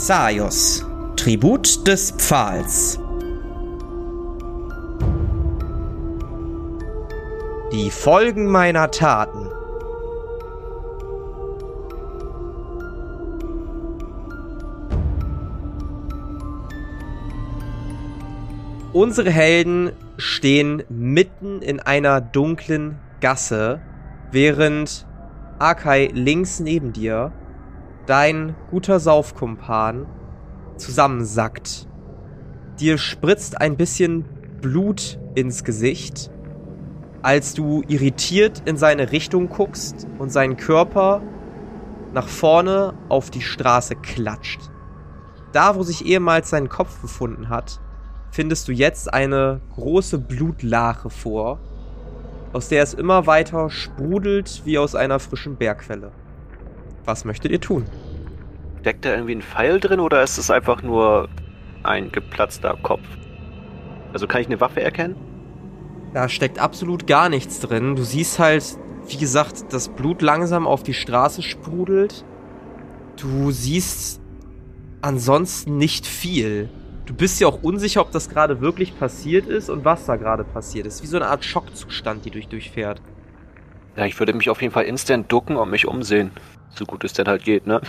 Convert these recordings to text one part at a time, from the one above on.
Xaios, Tribut des Pfahls. Die Folgen meiner Taten. Unsere Helden stehen mitten in einer dunklen Gasse, während Akai links neben dir, dein guter Saufkumpan, zusammensackt. Dir spritzt ein bisschen Blut ins Gesicht, als du irritiert in seine Richtung guckst und sein Körper nach vorne auf die Straße klatscht. Da, wo sich ehemals sein Kopf befunden hat, findest du jetzt eine große Blutlache vor, aus der es immer weiter sprudelt wie aus einer frischen Bergquelle. Was möchtet ihr tun? Steckt da irgendwie ein Pfeil drin oder ist es einfach nur ein geplatzter Kopf? Also kann ich eine Waffe erkennen? Da steckt absolut gar nichts drin. Du siehst halt, wie gesagt, das Blut langsam auf die Straße sprudelt. Du siehst ansonsten nicht viel. Du bist ja auch unsicher, ob das gerade wirklich passiert ist und was da gerade passiert ist. Wie so eine Art Schockzustand, die durchfährt. Ja, ich würde mich auf jeden Fall instant ducken und mich umsehen. So gut es denn halt geht, ne?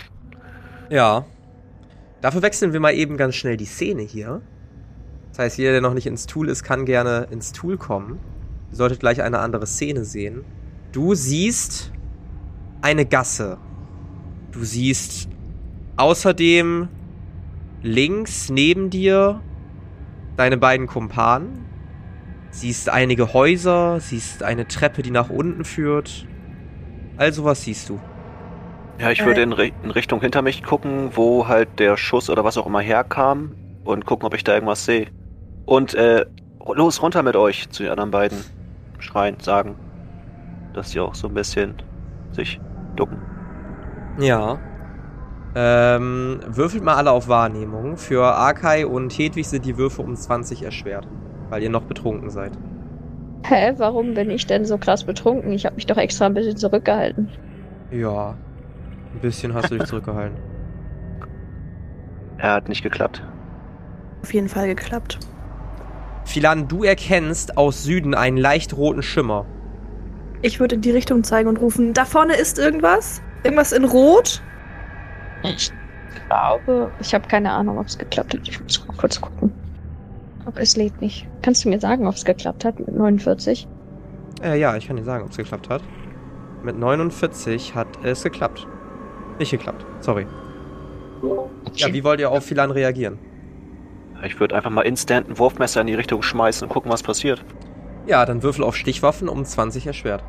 Ja. Dafür wechseln wir mal eben ganz schnell die Szene hier. Das heißt, jeder, der noch nicht ins Tool ist, kann gerne ins Tool kommen. Ihr solltet gleich eine andere Szene sehen. Du siehst eine Gasse. Du siehst außerdem links neben dir deine beiden Kumpanen. Siehst einige Häuser, siehst eine Treppe, die nach unten führt. Also was siehst du? Ja, ich würde in Richtung hinter mich gucken, wo halt der Schuss oder was auch immer herkam und gucken, ob ich da irgendwas sehe. Und los, runter mit euch zu den anderen beiden. Schreien, sagen, dass sie auch so ein bisschen sich ducken. Ja. Würfelt mal alle auf Wahrnehmung. Für Akai und Hedwig sind die Würfe um 20 erschwert, weil ihr noch betrunken seid. Hä, warum bin ich denn so krass betrunken? Ich habe mich doch extra ein bisschen zurückgehalten. Ja, ein bisschen hast du dich zurückgehalten. Er hat nicht geklappt. Auf jeden Fall geklappt. Philan, du erkennst aus Süden einen leicht roten Schimmer. Ich würde in die Richtung zeigen und rufen, da vorne ist irgendwas? Irgendwas in Rot? Ich glaube, ich habe keine Ahnung, ob es geklappt hat. Ich muss mal kurz gucken. Aber es lädt nicht. Kannst du mir sagen, ob es geklappt hat mit 49? Ja, ich kann dir sagen, ob es geklappt hat. Mit 49 hat es geklappt. Nicht geklappt, sorry. Ja, wie wollt ihr auf Philan reagieren? Ich würde einfach mal instant ein Wurfmesser in die Richtung schmeißen und gucken, was passiert. Ja, dann würfel auf Stichwaffen um 20 erschwert.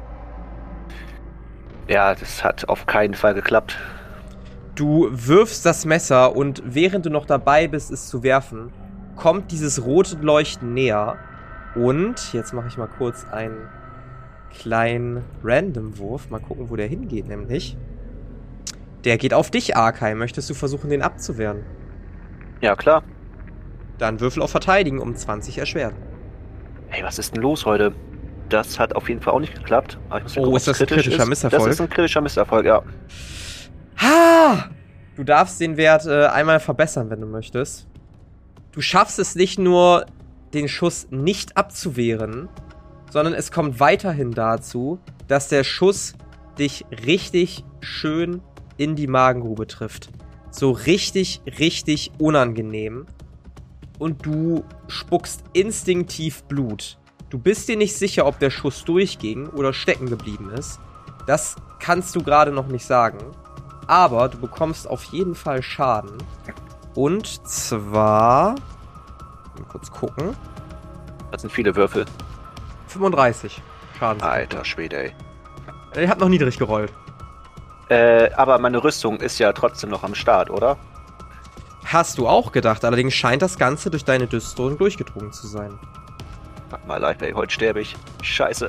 Ja, das hat auf keinen Fall geklappt. Du wirfst das Messer und während du noch dabei bist, es zu werfen, kommt dieses rote Leuchten näher. Und jetzt mache ich mal kurz einen kleinen Random-Wurf. Mal gucken, wo der hingeht, nämlich. Der geht auf dich, Akai. Möchtest du versuchen, den abzuwehren? Ja, klar. Dann würfel auf Verteidigen um 20 erschwert. Hey, was ist denn los heute? Das hat auf jeden Fall auch nicht geklappt. Aber ich muss gucken, ist das ein kritischer Misserfolg? Das ist ein kritischer Misserfolg, ja. Ha! Du darfst den Wert einmal verbessern, wenn du möchtest. Du schaffst es nicht nur, den Schuss nicht abzuwehren, sondern es kommt weiterhin dazu, dass der Schuss dich richtig schön in die Magengrube trifft. So richtig, richtig unangenehm. Und du spuckst instinktiv Blut. Du bist dir nicht sicher, ob der Schuss durchging oder stecken geblieben ist. Das kannst du gerade noch nicht sagen. Aber du bekommst auf jeden Fall Schaden. Und zwar... Mal kurz gucken. Das sind viele Würfel. 35 Schaden. Alter Schwede, ey. Ich hab noch niedrig gerollt. Aber meine Rüstung ist ja trotzdem noch am Start, oder? Hast du auch gedacht. Allerdings scheint das Ganze durch deine Dystronen durchgedrungen zu sein. Fuck my life, ey. Heute sterbe ich. Scheiße.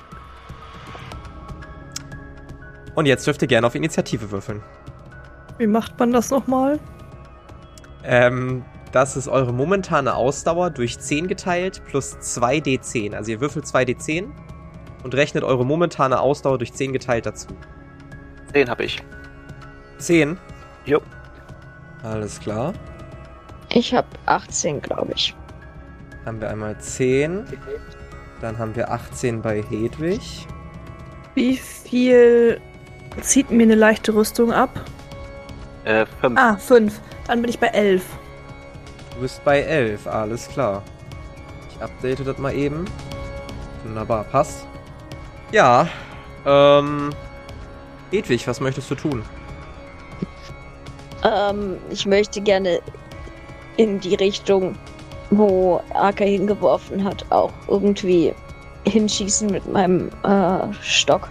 Und jetzt dürft ihr gerne auf Initiative würfeln. Wie macht man das nochmal? Das ist eure momentane Ausdauer durch 10 geteilt plus 2d10. Also ihr würfelt 2d10 und rechnet eure momentane Ausdauer durch 10 geteilt dazu. 10 habe ich. 10? Jo. Alles klar. Ich habe 18, glaube ich. Haben wir einmal 10. Dann haben wir 18 bei Hedwig. Wie viel zieht mir eine leichte Rüstung ab? 5. 5. Dann bin ich bei 11. Du bist bei 11, alles klar. Ich update das mal eben. Wunderbar, passt. Ja, Hedwig, was möchtest du tun? Ich möchte gerne in die Richtung, wo Arkai hingeworfen hat, auch irgendwie hinschießen mit meinem Stock.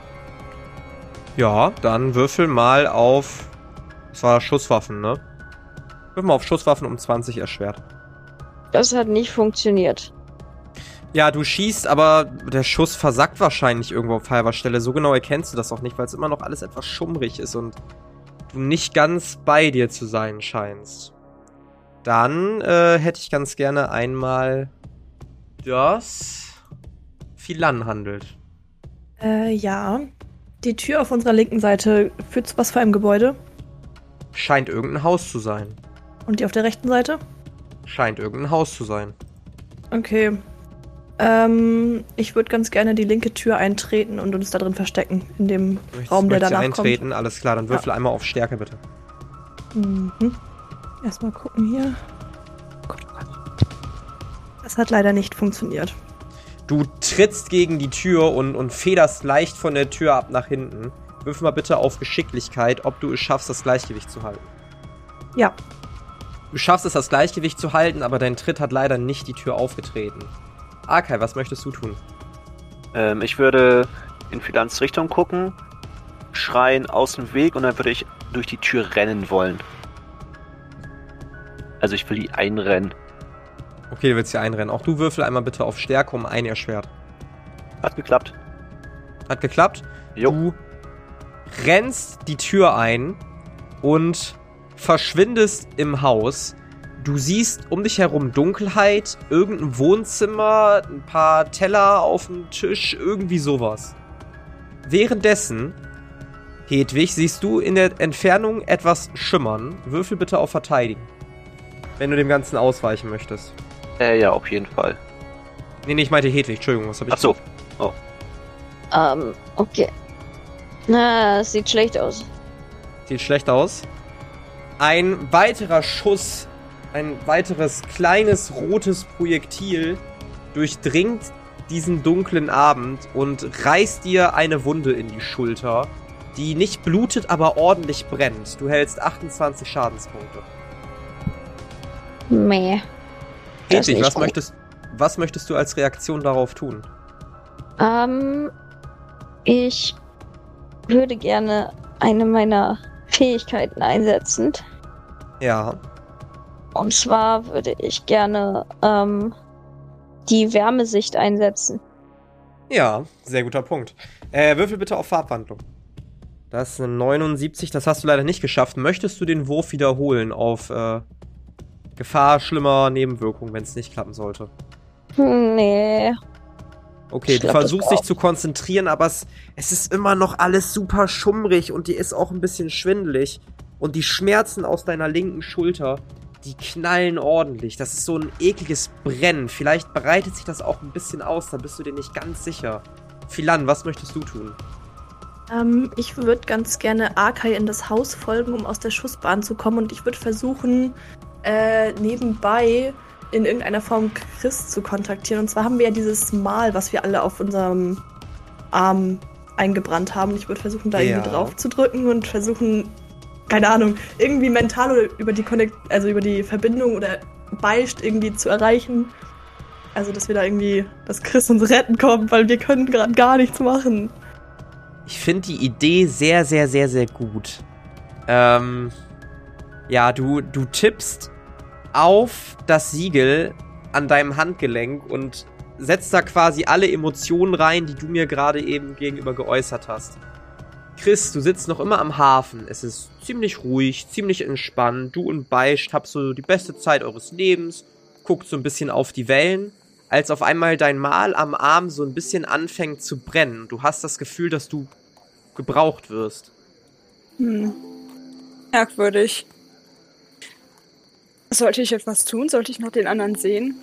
Ja, dann würfel mal auf... Das war Schusswaffen, ne? Würfel mal auf Schusswaffen um 20 erschwert. Das hat nicht funktioniert. Ja, du schießt, aber der Schuss versackt wahrscheinlich irgendwo auf halber Stelle. So genau erkennst du das auch nicht, weil es immer noch alles etwas schummrig ist und du nicht ganz bei dir zu sein scheinst. Dann hätte ich ganz gerne einmal das Philan handelt. Ja. Die Tür auf unserer linken Seite führt zu was für einem Gebäude. Scheint irgendein Haus zu sein. Und die auf der rechten Seite? Scheint irgendein Haus zu sein. Okay. Ich würde ganz gerne die linke Tür eintreten und uns da drin verstecken. In dem Raum, der danach eintreten? kommt. Alles klar, dann würfel einmal auf Stärke, bitte. Mhm. Erstmal gucken hier. Das hat leider nicht funktioniert. Du trittst gegen die Tür und federst leicht von der Tür ab nach hinten. Würfel mal bitte auf Geschicklichkeit, ob du es schaffst, das Gleichgewicht zu halten. Ja. Du schaffst es, das Gleichgewicht zu halten, aber dein Tritt hat leider nicht die Tür aufgetreten. Arkai, was möchtest du tun? Ich würde in Philans Richtung gucken, schreien aus dem Weg und dann würde ich durch die Tür rennen wollen. Also ich will die einrennen. Okay, du willst hier einrennen. Auch du würfel einmal bitte auf Stärke um 1 erschwert. Hat geklappt. Hat geklappt? Jo. Du rennst die Tür ein und verschwindest im Haus. Du siehst um dich herum Dunkelheit, irgendein Wohnzimmer, ein paar Teller auf dem Tisch, irgendwie sowas. Währenddessen, Hedwig, siehst du in der Entfernung etwas schimmern. Würfel bitte auf Verteidigen. Wenn du dem Ganzen ausweichen möchtest. Ja, auf jeden Fall. Nee, ich meinte Hedwig, Entschuldigung, was hab ich Ach so. gesagt? Oh. Okay. Na, es sieht schlecht aus. Sieht schlecht aus. Ein weiterer Schuss, ein weiteres kleines rotes Projektil durchdringt diesen dunklen Abend und reißt dir eine Wunde in die Schulter, die nicht blutet, aber ordentlich brennt. Du hältst 28 Schadenspunkte. Meh. Das ist Hedwig, nicht was möchtest du als Reaktion darauf tun? Ich würde gerne eine meiner Fähigkeiten einsetzen. Ja. Und zwar würde ich gerne die Wärmesicht einsetzen. Ja, sehr guter Punkt. Würfel bitte auf Farbwandlung. Das ist eine 79, das hast du leider nicht geschafft. Möchtest du den Wurf wiederholen auf Gefahr schlimmer Nebenwirkungen, wenn es nicht klappen sollte? Nee. Okay, du versuchst dich zu konzentrieren, aber es ist immer noch alles super schummrig und dir ist auch ein bisschen schwindelig. Und die Schmerzen aus deiner linken Schulter, die knallen ordentlich. Das ist so ein ekliges Brennen. Vielleicht breitet sich das auch ein bisschen aus, da bist du dir nicht ganz sicher. Philan, was möchtest du tun? Ich würde ganz gerne Arkai in das Haus folgen, um aus der Schussbahn zu kommen. Und ich würde versuchen, nebenbei in irgendeiner Form Chris zu kontaktieren. Und zwar haben wir ja dieses Mal, was wir alle auf unserem Arm eingebrannt haben. Ich würde versuchen, da irgendwie drauf zu drücken und versuchen, keine Ahnung, irgendwie mental oder über die Verbindung oder Beicht irgendwie zu erreichen. Also, dass wir da irgendwie, dass Chris uns retten kommt, weil wir können gerade gar nichts machen. Ich finde die Idee sehr, sehr, sehr, sehr gut. Ja, du tippst auf das Siegel an deinem Handgelenk und setzt da quasi alle Emotionen rein, die du mir gerade eben gegenüber geäußert hast. Chris, du sitzt noch immer am Hafen. Es ist ziemlich ruhig, ziemlich entspannt. Du und Beicht habt so die beste Zeit eures Lebens, guckt so ein bisschen auf die Wellen, als auf einmal dein Mal am Arm so ein bisschen anfängt zu brennen. Du hast das Gefühl, dass du gebraucht wirst. Merkwürdig. Sollte ich etwas tun? Sollte ich noch den anderen sehen?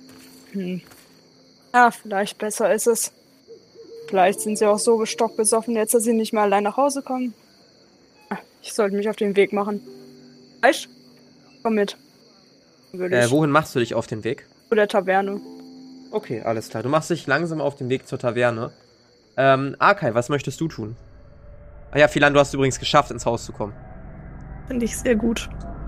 Ja, vielleicht besser ist es. Vielleicht sind sie auch so stockbesoffen jetzt, dass sie nicht mehr allein nach Hause kommen. Ich sollte mich auf den Weg machen. Weißt? Komm mit. Wohin machst du dich auf den Weg? Zu der Taverne. Okay, alles klar. Du machst dich langsam auf den Weg zur Taverne. Arkai, was möchtest du tun? Ah ja, Philan, du hast übrigens geschafft, ins Haus zu kommen. Finde ich sehr gut.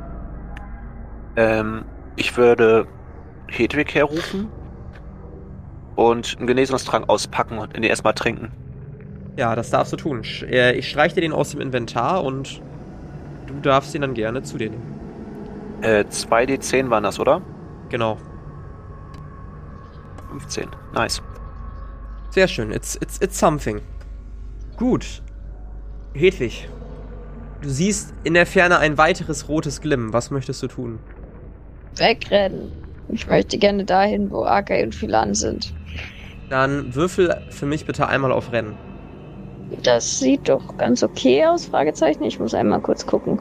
Ich würde Hedwig herrufen und einen Genesungstrank auspacken und ihn erstmal trinken. Ja, das darfst du tun. Ich streiche dir den aus dem Inventar und du darfst ihn dann gerne zu dir nehmen. 2d10 waren das, oder? Genau. 15. Nice. Sehr schön. It's something. Gut. Hedwig, du siehst in der Ferne ein weiteres rotes Glimmen. Was möchtest du tun? Wegrennen. Ich möchte gerne dahin, wo Arkai und Philan sind. Dann würfel für mich bitte einmal auf Rennen. Das sieht doch ganz okay aus, Fragezeichen. Ich muss einmal kurz gucken.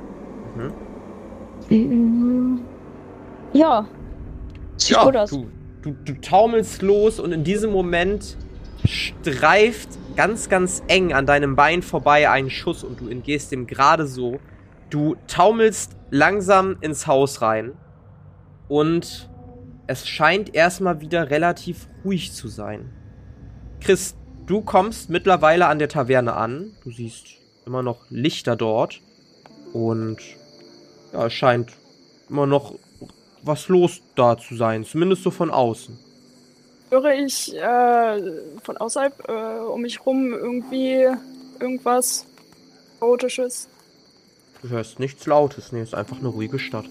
Ja. Sieht gut aus. Du taumelst los und in diesem Moment streift ganz, ganz eng an deinem Bein vorbei ein Schuss und du entgehst dem gerade so. Du taumelst langsam ins Haus rein und es scheint erstmal wieder relativ ruhig zu sein. Chris, du kommst mittlerweile an der Taverne an. Du siehst immer noch Lichter dort und ja, es scheint immer noch was los da zu sein, zumindest so von außen. Höre ich von außerhalb um mich rum irgendwie irgendwas Chaotisches? Du hörst nichts Lautes, nee, ist einfach eine ruhige Stadt.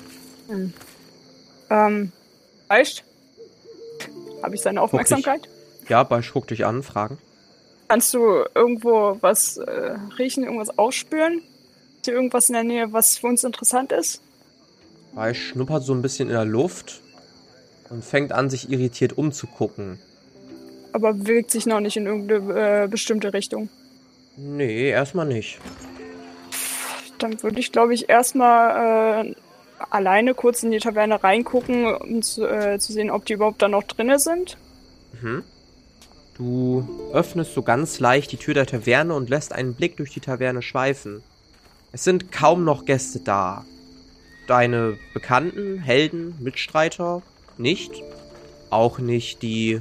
Weißt? Habe ich seine Aufmerksamkeit? Ja, Beisch guckt dich an, fragen. Kannst du irgendwo was riechen, irgendwas ausspüren? Ist hier irgendwas in der Nähe, was für uns interessant ist? Beisch schnuppert so ein bisschen in der Luft und fängt an, sich irritiert umzugucken. Aber bewegt sich noch nicht in irgendeine bestimmte Richtung. Nee, erstmal nicht. Dann würde ich, glaube ich, erstmal alleine kurz in die Taverne reingucken, um zu sehen, ob die überhaupt da noch drinne sind. Du öffnest so ganz leicht die Tür der Taverne und lässt einen Blick durch die Taverne schweifen. Es sind kaum noch Gäste da. Deine Bekannten, Helden, Mitstreiter nicht. Auch nicht die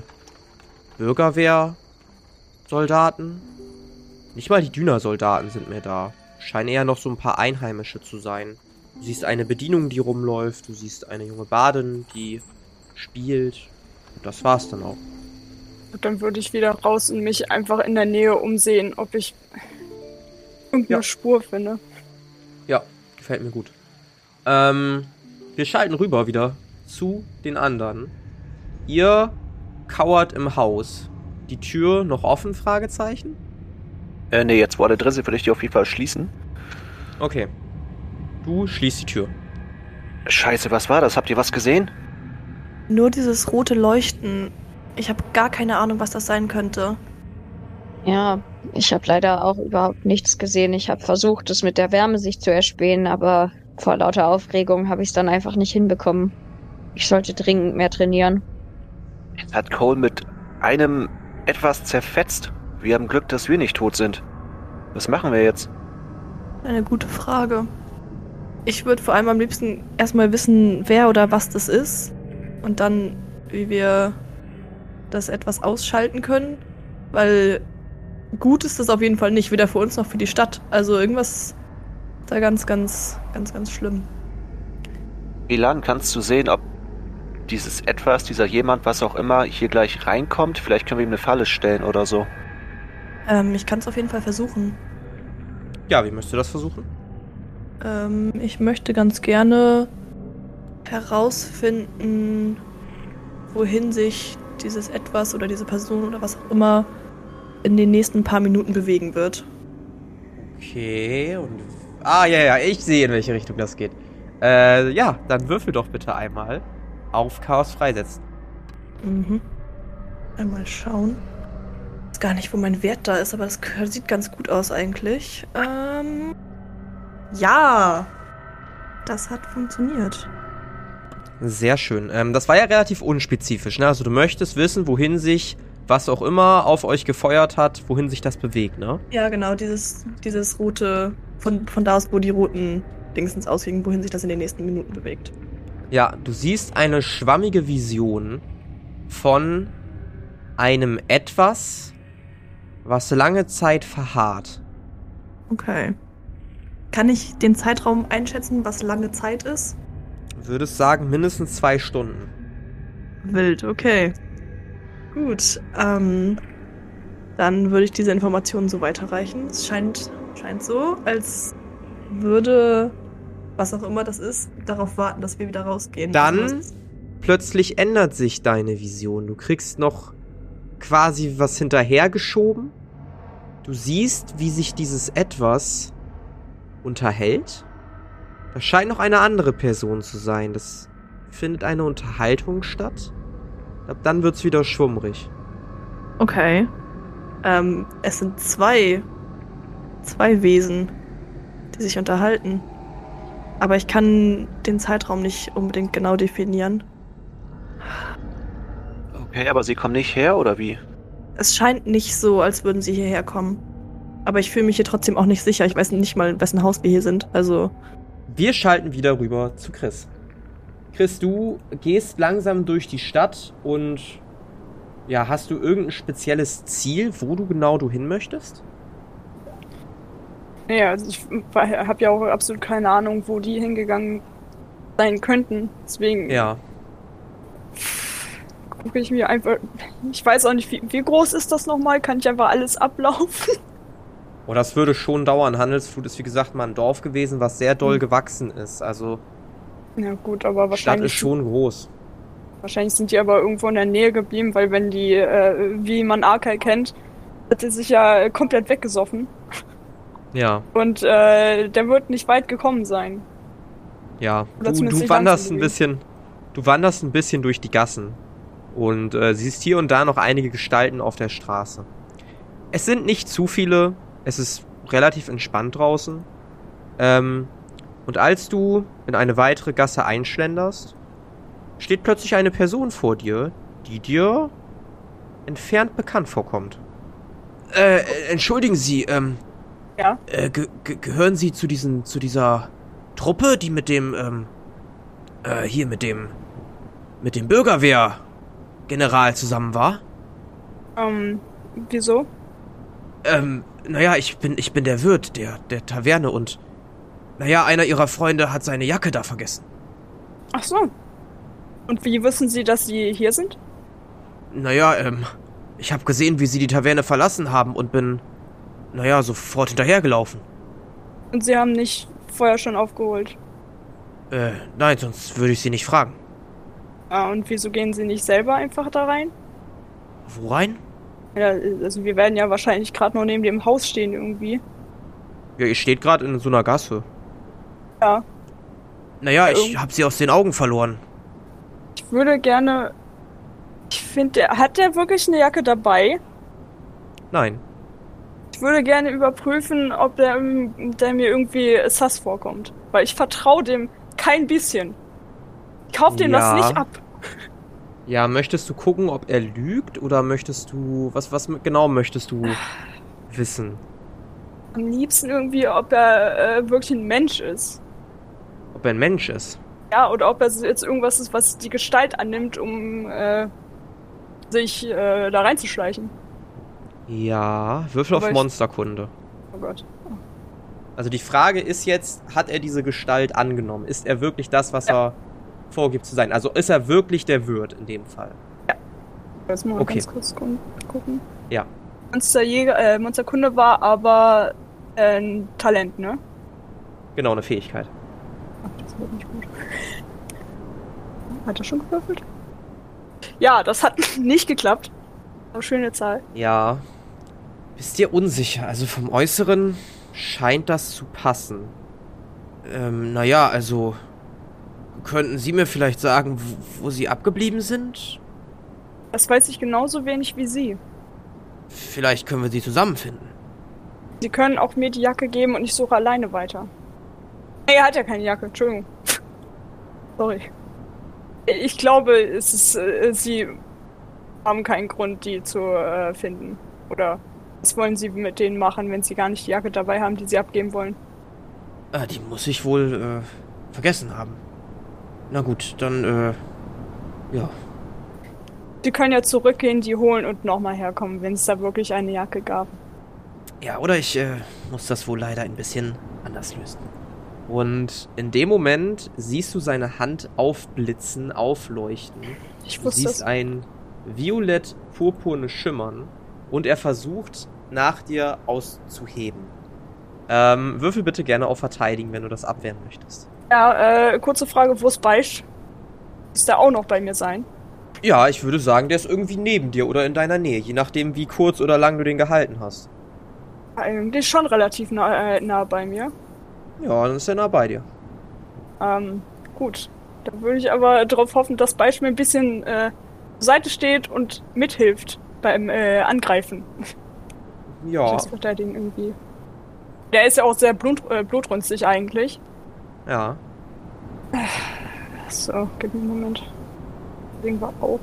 Bürgerwehrsoldaten. Nicht mal die Düner-Soldaten sind mehr da. Scheinen eher noch so ein paar Einheimische zu sein. Du siehst eine Bedienung, die rumläuft. Du siehst eine junge Badin, die spielt. Und das war's dann auch. Und dann würde ich wieder raus und mich einfach in der Nähe umsehen, ob ich irgendeine Spur finde. Ja, gefällt mir gut. Wir schalten rüber wieder zu den anderen. Ihr kauert im Haus. Die Tür noch offen, Fragezeichen? Nee, jetzt wo alle drin sind, würde ich die auf jeden Fall schließen. Okay. Du schließt die Tür. Scheiße, was war das? Habt ihr was gesehen? Nur dieses rote Leuchten. Ich habe gar keine Ahnung, was das sein könnte. Ja, ich habe leider auch überhaupt nichts gesehen. Ich habe versucht, es mit der Wärme sich zu erspähen, aber vor lauter Aufregung habe ich es dann einfach nicht hinbekommen. Ich sollte dringend mehr trainieren. Jetzt hat Cole mit einem etwas zerfetzt. Wir haben Glück, dass wir nicht tot sind. Was machen wir jetzt? Eine gute Frage. Ich würde vor allem am liebsten erstmal wissen, wer oder was das ist. Und dann, wie wir das etwas ausschalten können. Weil gut ist das auf jeden Fall nicht, weder für uns noch für die Stadt. Also irgendwas da ganz, ganz, ganz, ganz schlimm. Milan, kannst du sehen, ob dieses Etwas, dieser jemand, was auch immer, hier gleich reinkommt? Vielleicht können wir ihm eine Falle stellen oder so. Ich kann es auf jeden Fall versuchen. Ja, wie möchtest du das versuchen? Ich möchte ganz gerne herausfinden, wohin sich dieses Etwas oder diese Person oder was auch immer in den nächsten paar Minuten bewegen wird. Okay, und... ja, ich sehe, in welche Richtung das geht. Ja, dann würfel doch bitte einmal auf Chaos freisetzen. Einmal schauen. Ich weiß gar nicht, wo mein Wert da ist, aber das sieht ganz gut aus eigentlich. Ja! Das hat funktioniert. Sehr schön. Das war ja relativ unspezifisch, ne? Also du möchtest wissen, wohin sich, was auch immer auf euch gefeuert hat, wohin sich das bewegt, ne? Ja, genau, dieses Route, von da aus, wo die roten Dingsens ausgingen, wohin sich das in den nächsten Minuten bewegt. Ja, du siehst eine schwammige Vision von einem Etwas, was lange Zeit verharrt. Okay. Kann ich den Zeitraum einschätzen, was lange Zeit ist? Würdest sagen, mindestens 2 Stunden. Wild, okay. Gut, dann würde ich diese Informationen so weiterreichen. Es scheint so, als würde, was auch immer das ist, darauf warten, dass wir wieder rausgehen. Dann plötzlich ändert sich deine Vision. Du kriegst noch quasi was hinterhergeschoben. Du siehst, wie sich dieses Etwas unterhält. Da scheint noch eine andere Person zu sein. Das findet eine Unterhaltung statt. Ab dann wird's wieder schwummrig. Okay. Es sind zwei Wesen, die sich unterhalten. Aber ich kann den Zeitraum nicht unbedingt genau definieren. Okay, aber sie kommen nicht her, oder wie? Es scheint nicht so, als würden sie hierher kommen. Aber ich fühle mich hier trotzdem auch nicht sicher. Ich weiß nicht mal, in wessen Haus wir hier sind. Also. Wir schalten wieder rüber zu Chris. Chris, du gehst langsam durch die Stadt und ja, hast du irgendein spezielles Ziel, wo du hin möchtest? Ja, also ich habe ja auch absolut keine Ahnung, wo die hingegangen sein könnten. Deswegen gucke ich mir einfach. Ich weiß auch nicht, wie groß ist das nochmal? Kann ich einfach alles ablaufen? Oh, das würde schon dauern. Handelsflut ist wie gesagt mal ein Dorf gewesen, was sehr doll gewachsen ist. Also ja gut, aber die Stadt ist schon groß. Wahrscheinlich sind die aber irgendwo in der Nähe geblieben, weil wenn die, wie man Arkai kennt, hat er sich ja komplett weggesoffen. Ja. Und der wird nicht weit gekommen sein. Ja, du wanderst ein bisschen durch die Gassen und siehst hier und da noch einige Gestalten auf der Straße. Es sind nicht zu viele, es ist relativ entspannt draußen. Und als du in eine weitere Gasse einschlenderst, steht plötzlich eine Person vor dir, die dir entfernt bekannt vorkommt. Entschuldigen Sie, ja? Gehören Sie zu dieser Truppe, die mit dem Bürgerwehr-General zusammen war? Wieso? Naja, ich bin der Wirt der Taverne und naja, einer ihrer Freunde hat seine Jacke da vergessen. Ach so. Und wie wissen Sie, dass Sie hier sind? Naja, ich habe gesehen, wie Sie die Taverne verlassen haben und bin, naja, sofort hinterhergelaufen. Und Sie haben nicht vorher schon aufgeholt? Nein, sonst würde ich Sie nicht fragen. Ah, und wieso gehen Sie nicht selber einfach da rein? Wo rein? Ja, also wir werden ja wahrscheinlich gerade noch neben dem Haus stehen irgendwie. Ja, ihr steht gerade in so einer Gasse. Ja. Naja, ich habe Sie aus den Augen verloren. Ich würde gerne... Ich finde, hat der wirklich eine Jacke dabei? Nein. Ich würde gerne überprüfen, ob der mir irgendwie sus vorkommt. Weil ich vertraue dem kein bisschen. Ich kauf dem das nicht ab. Ja, möchtest du gucken, ob er lügt oder möchtest du... Was genau möchtest du wissen? Am liebsten irgendwie, ob er wirklich ein Mensch ist. Ob er ein Mensch ist? Ja, oder ob er jetzt irgendwas ist, was die Gestalt annimmt, um sich da reinzuschleichen. Ja, Würfel auf Monsterkunde. Oh Gott. Also die Frage ist jetzt, hat er diese Gestalt angenommen? Ist er wirklich das, was er vorgibt zu sein? Also ist er wirklich der Wirt in dem Fall? Ja. Lass mal ganz kurz gucken. Ja. Monsterkunde war aber ein Talent, ne? Genau, eine Fähigkeit. Ach, das wird nicht gut. Hat er schon gewürfelt? Ja, das hat nicht geklappt. Aber schöne Zahl. Ja. Bist dir unsicher? Also vom Äußeren scheint das zu passen. Naja, also... Könnten Sie mir vielleicht sagen, wo Sie abgeblieben sind? Das weiß ich genauso wenig wie Sie. Vielleicht können wir Sie zusammenfinden. Sie können auch mir die Jacke geben und ich suche alleine weiter. Nee, er hat ja keine Jacke, Entschuldigung. Sorry. Ich glaube, sie haben keinen Grund, die zu finden. Oder was wollen sie mit denen machen, wenn sie gar nicht die Jacke dabei haben, die sie abgeben wollen? Die muss ich wohl vergessen haben. Na gut, dann ja. Die können ja zurückgehen, die holen und nochmal herkommen, wenn es da wirklich eine Jacke gab. Ja, oder ich muss das wohl leider ein bisschen anders lösen. Und in dem Moment siehst du seine Hand aufblitzen, aufleuchten. Ich Du wusste siehst es. ein violett-purpurnes Schimmern und er versucht, nach dir auszuheben. Würfel bitte gerne auf Verteidigen, wenn du das abwehren möchtest. Ja, kurze Frage, wo ist Beisch? Ist der auch noch bei mir sein? Ja, ich würde sagen, der ist irgendwie neben dir oder in deiner Nähe, je nachdem, wie kurz oder lang du den gehalten hast. Eigentlich schon relativ nah bei mir. Ja, dann ist er nah bei dir. Gut. Dann würde ich aber darauf hoffen, dass Beisch mir ein bisschen zur Seite steht und mithilft beim Angreifen. Ja, Das Verteidigen irgendwie. Der ist ja auch sehr blutrünstig eigentlich. ja. So, gib mir einen Moment. Deswegen war auch.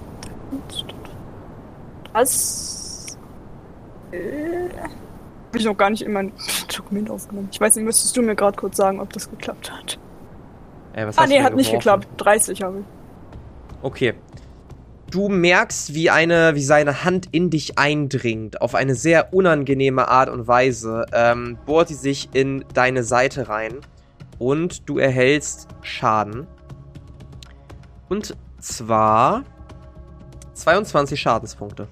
Das. Hab ich noch gar nicht in mein Dokument aufgenommen. Ich weiß nicht, müsstest du mir gerade kurz sagen, ob das geklappt hat? Was hast du denn Hat nicht geworfen? geklappt. 30 habe ich. Okay. Du merkst, wie seine Hand in dich eindringt. Auf eine sehr unangenehme Art und Weise. Bohrt sie sich in deine Seite rein. Und du erhältst Schaden. Und zwar 22 Schadenspunkte.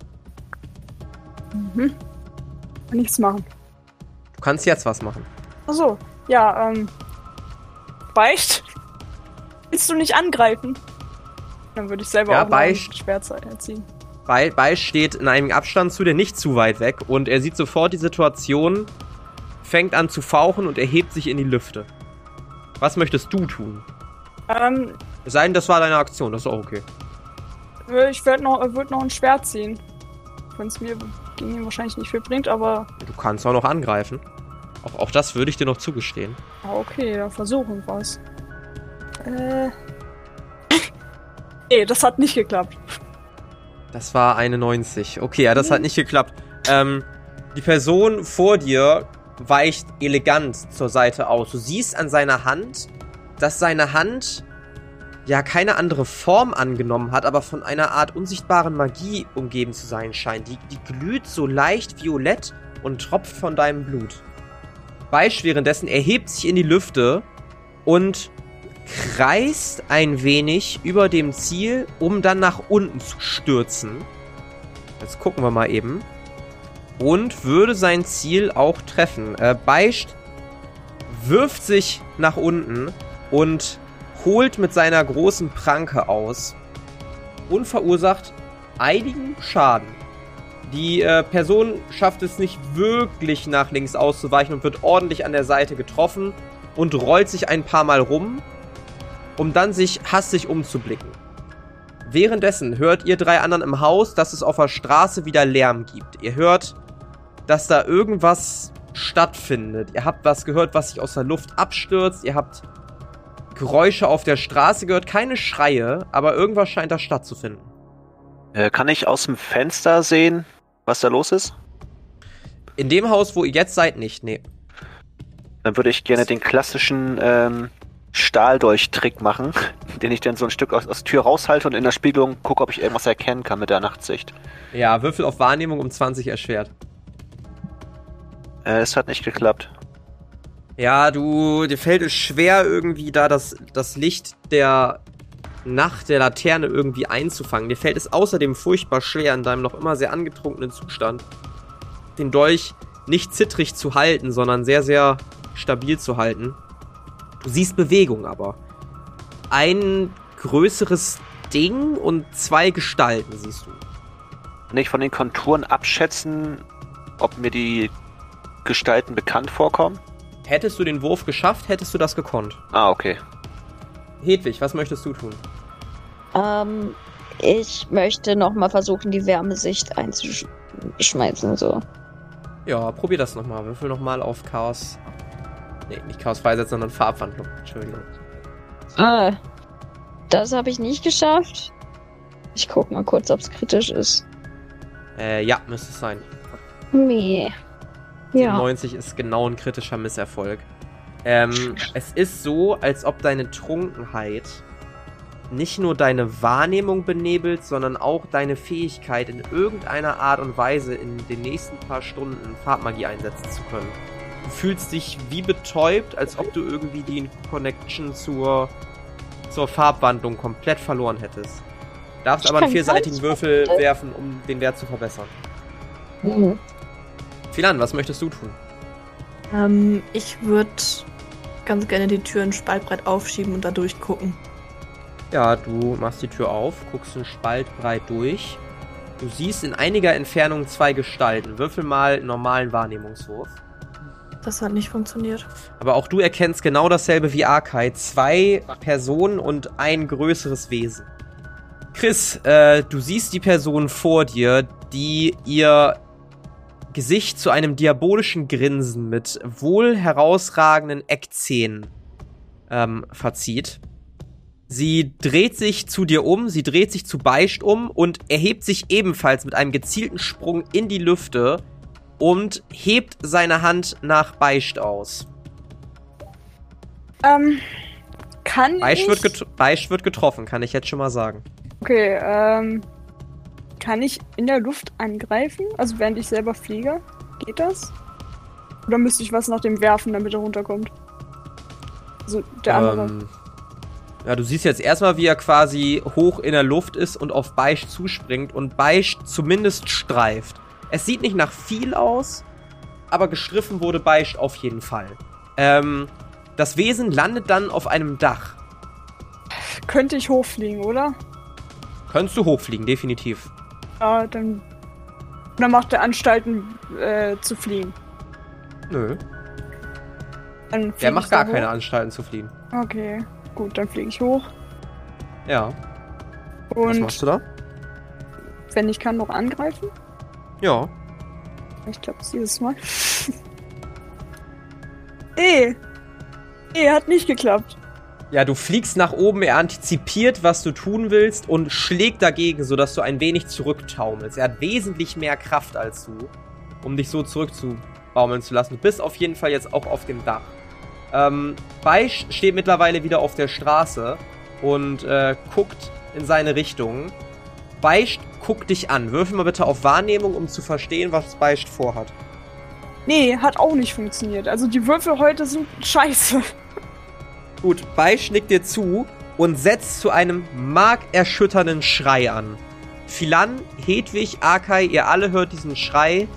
Kann nichts machen. Du kannst jetzt was machen. Achso, ja, Beicht? Willst du nicht angreifen? Dann würde ich selber Ja, auch noch ein Beicht. Schwert ziehen. Beisch steht in einem Abstand zu dir, nicht zu weit weg. Und er sieht sofort die Situation, fängt an zu fauchen und erhebt sich in die Lüfte. Was möchtest du tun? Es sei denn, das war deine Aktion, das ist auch okay. Ich würd noch ein Schwert ziehen. Wenn es mir gegen ihn wahrscheinlich nicht viel bringt, aber... Du kannst auch noch angreifen. Auch das würde ich dir noch zugestehen. Okay, dann versuchen wir es. Nee, das hat nicht geklappt. Das war eine 90. Okay, ja, das hat nicht geklappt. Die Person vor dir weicht elegant zur Seite aus. Du siehst an seiner Hand, dass seine Hand ja keine andere Form angenommen hat, aber von einer Art unsichtbaren Magie umgeben zu sein scheint. Die glüht so leicht violett und tropft von deinem Blut. Beisch währenddessen erhebt sich in die Lüfte und kreist ein wenig über dem Ziel, um dann nach unten zu stürzen. Jetzt gucken wir mal eben. Und würde sein Ziel auch treffen. Beisch wirft sich nach unten und holt mit seiner großen Pranke aus und verursacht einigen Schaden. Die Person schafft es nicht wirklich nach links auszuweichen und wird ordentlich an der Seite getroffen und rollt sich ein paar Mal rum, um dann sich hastig umzublicken. Währenddessen hört ihr drei anderen im Haus, dass es auf der Straße wieder Lärm gibt. Ihr hört, dass da irgendwas stattfindet. Ihr habt was gehört, was sich aus der Luft abstürzt. Ihr habt Geräusche auf der Straße gehört. Keine Schreie, aber irgendwas scheint da stattzufinden. Kann ich aus dem Fenster sehen, was da los ist? In dem Haus, wo ihr jetzt seid, nicht, nee. Dann würde ich gerne den klassischen Stahldolch-Trick machen, den ich dann so ein Stück aus der Tür raushalte und in der Spiegelung gucke, ob ich irgendwas erkennen kann mit der Nachtsicht. Ja, Würfel auf Wahrnehmung um 20 erschwert. Es hat nicht geklappt. Ja, dir fällt es schwer, irgendwie da das Licht der Nacht der Laterne irgendwie einzufangen. Dir fällt es außerdem furchtbar schwer, in deinem noch immer sehr angetrunkenen Zustand, den Dolch nicht zittrig zu halten, sondern sehr, sehr stabil zu halten. Du siehst Bewegung aber. Ein größeres Ding und zwei Gestalten siehst du. Kann ich von den Konturen abschätzen, ob mir die Gestalten bekannt vorkommen? Hättest du den Wurf geschafft, hättest du das gekonnt. Ah, okay. Hedwig, was möchtest du tun? Ich möchte nochmal versuchen, die Wärmesicht einzuschmeißen, so. Ja, probier das nochmal. Würfel nochmal auf Chaos. Nee, nicht Chaos freisetzen, sondern Farbwandlung. Entschuldigung. Das habe ich nicht geschafft. Ich guck mal kurz, ob es kritisch ist. Ja, müsste es sein. Nee. Ja. 97 ist genau ein kritischer Misserfolg. Es ist so, als ob deine Trunkenheit nicht nur deine Wahrnehmung benebelt, sondern auch deine Fähigkeit, in irgendeiner Art und Weise in den nächsten paar Stunden Farbmagie einsetzen zu können. Du fühlst dich wie betäubt, als ob du irgendwie die Connection zur Farbwandlung komplett verloren hättest. Darfst aber einen vierseitigen Würfel werfen, um den Wert zu verbessern. Mhm. Philan, was möchtest du tun? Ich würde ganz gerne die Türen spaltbreit aufschieben und da durchgucken. Ja, du machst die Tür auf, guckst einen Spalt breit durch. Du siehst in einiger Entfernung 2 Gestalten. Würfel mal einen normalen Wahrnehmungswurf. Das hat nicht funktioniert. Aber auch du erkennst genau dasselbe wie Arkai. 2 Personen und ein größeres Wesen. Chris, du siehst die Person vor dir, die ihr Gesicht zu einem diabolischen Grinsen mit wohl herausragenden Eckzähnen verzieht. Sie dreht sich zu dir um, sie dreht sich zu Beicht um und erhebt sich ebenfalls mit einem gezielten Sprung in die Lüfte und hebt seine Hand nach Beicht aus. Beicht wird getroffen, kann ich jetzt schon mal sagen. Okay, kann ich in der Luft angreifen? Also während ich selber fliege? Geht das? Oder müsste ich was nach dem werfen, damit er runterkommt? Also der andere. Ja, du siehst jetzt erstmal, wie er quasi hoch in der Luft ist und auf Beicht zuspringt und Beicht zumindest streift. Es sieht nicht nach viel aus, aber gestriffen wurde Beicht auf jeden Fall. Das Wesen landet dann auf einem Dach. Könnte ich hochfliegen, oder? Könntest du hochfliegen, definitiv. Ja, dann macht er Anstalten zu fliegen. Nö. Dann Der macht gar keine Anstalten zu fliegen. Okay, gut, dann fliege ich hoch. Ja. Und was machst du da? Wenn ich kann, noch angreifen? Ja. Ich glaube, es dieses Mal. Hat nicht geklappt. Ja, du fliegst nach oben, er antizipiert, was du tun willst und schlägt dagegen, sodass du ein wenig zurücktaumelst. Er hat wesentlich mehr Kraft als du, um dich so zurückzubaumeln zu lassen. Du bist auf jeden Fall jetzt auch auf dem Dach. Beicht steht mittlerweile wieder auf der Straße und guckt in seine Richtung. Beicht guckt dich an. Würfel mal bitte auf Wahrnehmung, um zu verstehen, was Beicht vorhat. Nee, hat auch nicht funktioniert. Also die Würfel heute sind scheiße. Gut, Beicht nickt dir zu und setzt zu einem markerschütternden Schrei an. Philan, Hedwig, Arkai, ihr alle hört diesen Schrei.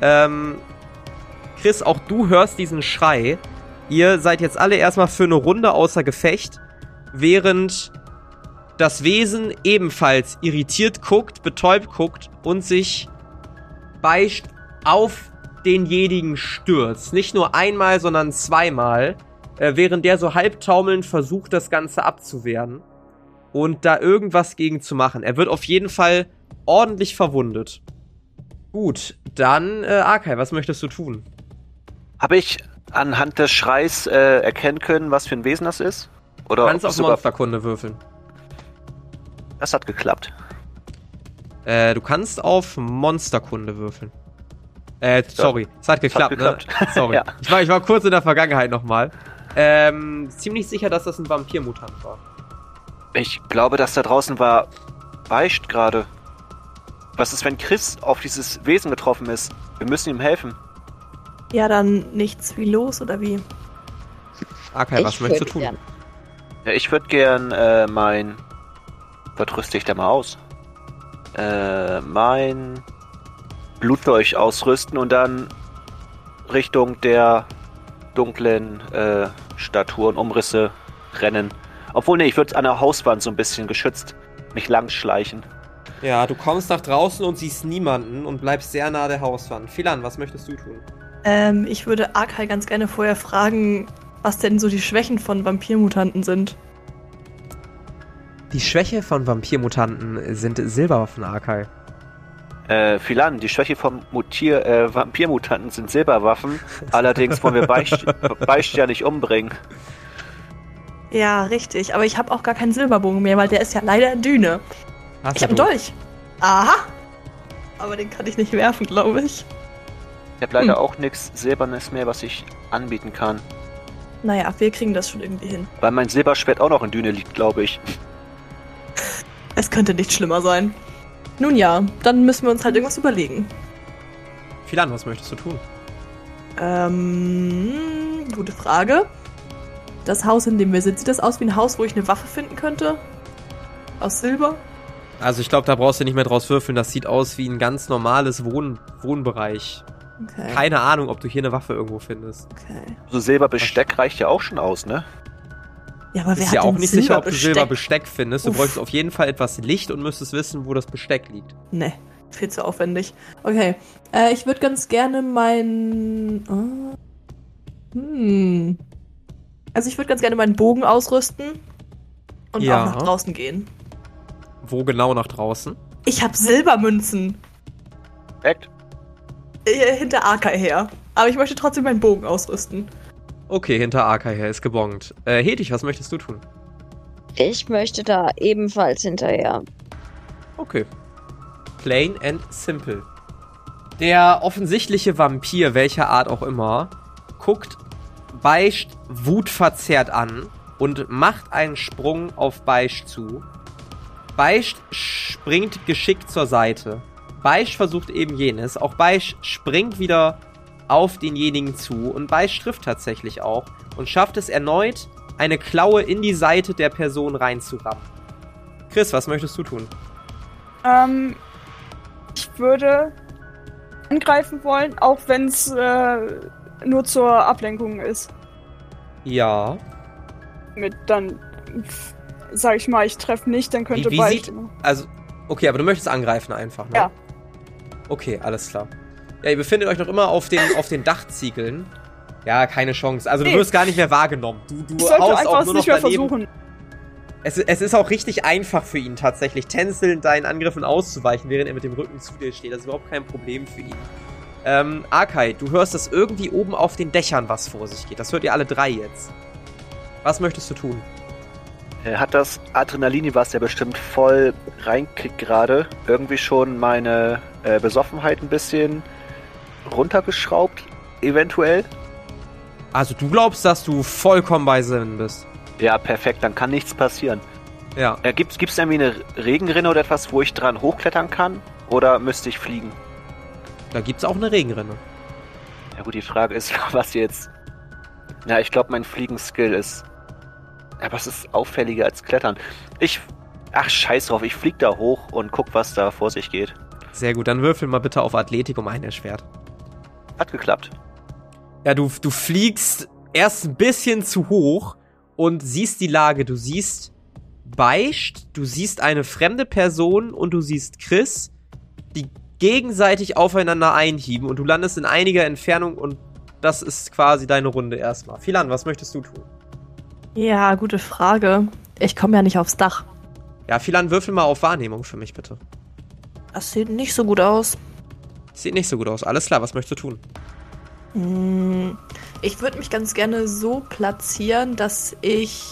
Chris, auch du hörst diesen Schrei. Ihr seid jetzt alle erstmal für eine Runde außer Gefecht, während das Wesen ebenfalls irritiert guckt, betäubt guckt und sich Beicht auf denjenigen stürzt. Nicht nur einmal, sondern zweimal. Während der so halbtaumelnd versucht, das Ganze abzuwehren und da irgendwas gegen zu machen. Er wird auf jeden Fall ordentlich verwundet. Gut, dann Arkai, was möchtest du tun? Habe ich anhand des Schreis erkennen können, was für ein Wesen das ist? Oder du kannst auf Monsterkunde würfeln. Das hat geklappt. Du kannst auf Monsterkunde würfeln. Sorry, es hat geklappt, ne? Sorry. Ja. Ich war kurz in der Vergangenheit nochmal. Ziemlich sicher, dass das ein Vampirmutant war. Ich glaube, dass da draußen war Beicht gerade. Was ist, wenn Chris auf dieses Wesen getroffen ist? Wir müssen ihm helfen. Ja, dann nichts wie los, oder wie? Arkai, was möchtest du tun? Gern. Ja, ich würde gern was rüste ich da mal aus? Mein Blutdolch ausrüsten und dann Richtung der dunklen Statuen, Umrisse rennen. Obwohl, ne, ich würde an der Hauswand so ein bisschen geschützt mich lang schleichen. Ja, du kommst nach draußen und siehst niemanden und bleibst sehr nah der Hauswand. Philan, was möchtest du tun? Ich würde Arkai ganz gerne vorher fragen, was denn so die Schwächen von Vampirmutanten sind. Die Schwäche von Vampirmutanten sind Silberwaffen, Arkai. Philan, die Schwäche von Vampirmutanten sind Silberwaffen. Allerdings wollen wir Beicht ja nicht umbringen. Ja, richtig. Aber ich habe auch gar keinen Silberbogen mehr, weil der ist ja leider in Düne. Ich habe einen Dolch. Aha. Aber den kann ich nicht werfen, glaube ich. Ich habe leider auch nichts Silbernes mehr, was ich anbieten kann. Naja, wir kriegen das schon irgendwie hin. Weil mein Silberschwert auch noch in Düne liegt, glaube ich. Es könnte nicht schlimmer sein. Nun ja, dann müssen wir uns halt irgendwas überlegen. Philan, was möchtest du tun? Gute Frage. Das Haus, in dem wir sind, sieht das aus wie ein Haus, wo ich eine Waffe finden könnte? Aus Silber? Also ich glaube, da brauchst du nicht mehr draus würfeln. Das sieht aus wie ein ganz normales Wohnbereich. Okay. Keine Ahnung, ob du hier eine Waffe irgendwo findest. Okay. So Silberbesteck reicht ja auch schon aus, ne? Ja, aber wer Ist hat ja auch denn nicht sicher, ob du Silberbesteck? Silberbesteck findest. Du Uff. bräuchst auf jeden Fall etwas Licht und müsstest wissen, wo das Besteck liegt. Nee, viel zu aufwendig. Okay, ich würde ganz gerne Also ich würde ganz gerne meinen Bogen ausrüsten und Ja. auch nach draußen gehen. Wo genau nach draußen? Ich habe Silbermünzen Perfekt. hinter Arkai her. Aber ich möchte trotzdem meinen Bogen ausrüsten. Okay, hinter Arkai her ist gebongt. Hedwig, was möchtest du tun? Ich möchte da ebenfalls hinterher. Okay. Plain and simple. Der offensichtliche Vampir, welcher Art auch immer, guckt Beischt wutverzerrt an und macht einen Sprung auf Beischt zu. Beischt springt geschickt zur Seite. Beischt versucht eben jenes. Auch Beischt springt wieder auf denjenigen zu und Beischt trifft tatsächlich auch und schafft es erneut, eine Klaue in die Seite der Person reinzurammen. Chris, was möchtest du tun? Ich würde angreifen wollen, auch wenn es nur zur Ablenkung ist. Ja. Mit dann, sag ich mal, ich treffe nicht, dann könnte Wie Beicht sieht- immer. Also, okay, aber du möchtest angreifen einfach, ne? Ja. Okay, alles klar. Ja, ihr befindet euch noch immer auf den Dachziegeln. Ja, keine Chance. Also du Nee. wirst gar nicht mehr wahrgenommen. Du Ich sollte haust einfach auch es nur noch nicht mehr daneben. versuchen. Es ist auch richtig einfach für ihn tatsächlich, tänzelnd deinen Angriffen auszuweichen, während er mit dem Rücken zu dir steht. Das ist überhaupt kein Problem für ihn. Arkai, du hörst, dass irgendwie oben auf den Dächern was vor sich geht. Das hört ihr alle drei jetzt. Was möchtest du tun? Hat das Adrenalin, was ja bestimmt voll reinkriegt gerade, irgendwie schon meine Besoffenheit ein bisschen runtergeschraubt, eventuell? Also du glaubst, dass du vollkommen bei Sinnen bist. Ja, perfekt, dann kann nichts passieren. Ja. Gibt's irgendwie eine Regenrinne oder etwas, wo ich dran hochklettern kann? Oder müsste ich fliegen? Da gibt's auch eine Regenrinne. Ja gut, die Frage ist, was jetzt... Ja, ich glaube, mein Fliegen-Skill ist... Aber es ist auffälliger als Klettern. Ach, scheiß drauf, ich flieg da hoch und guck, was da vor sich geht. Sehr gut, dann würfel mal bitte auf Athletik um ein Erschwert. Hat geklappt. Ja, du fliegst erst ein bisschen zu hoch und siehst die Lage. Du siehst Beischt, du siehst eine fremde Person und du siehst Chris, die gegenseitig aufeinander einhieben und du landest in einiger Entfernung und das ist quasi deine Runde erstmal. Philan, was möchtest du tun? Ja, gute Frage. Ich komme ja nicht aufs Dach. Ja, Philan, würfel mal auf Wahrnehmung für mich, bitte. Das sieht nicht so gut aus. Sieht nicht so gut aus. Alles klar, was möchtest du tun? Ich würde mich ganz gerne so platzieren, dass ich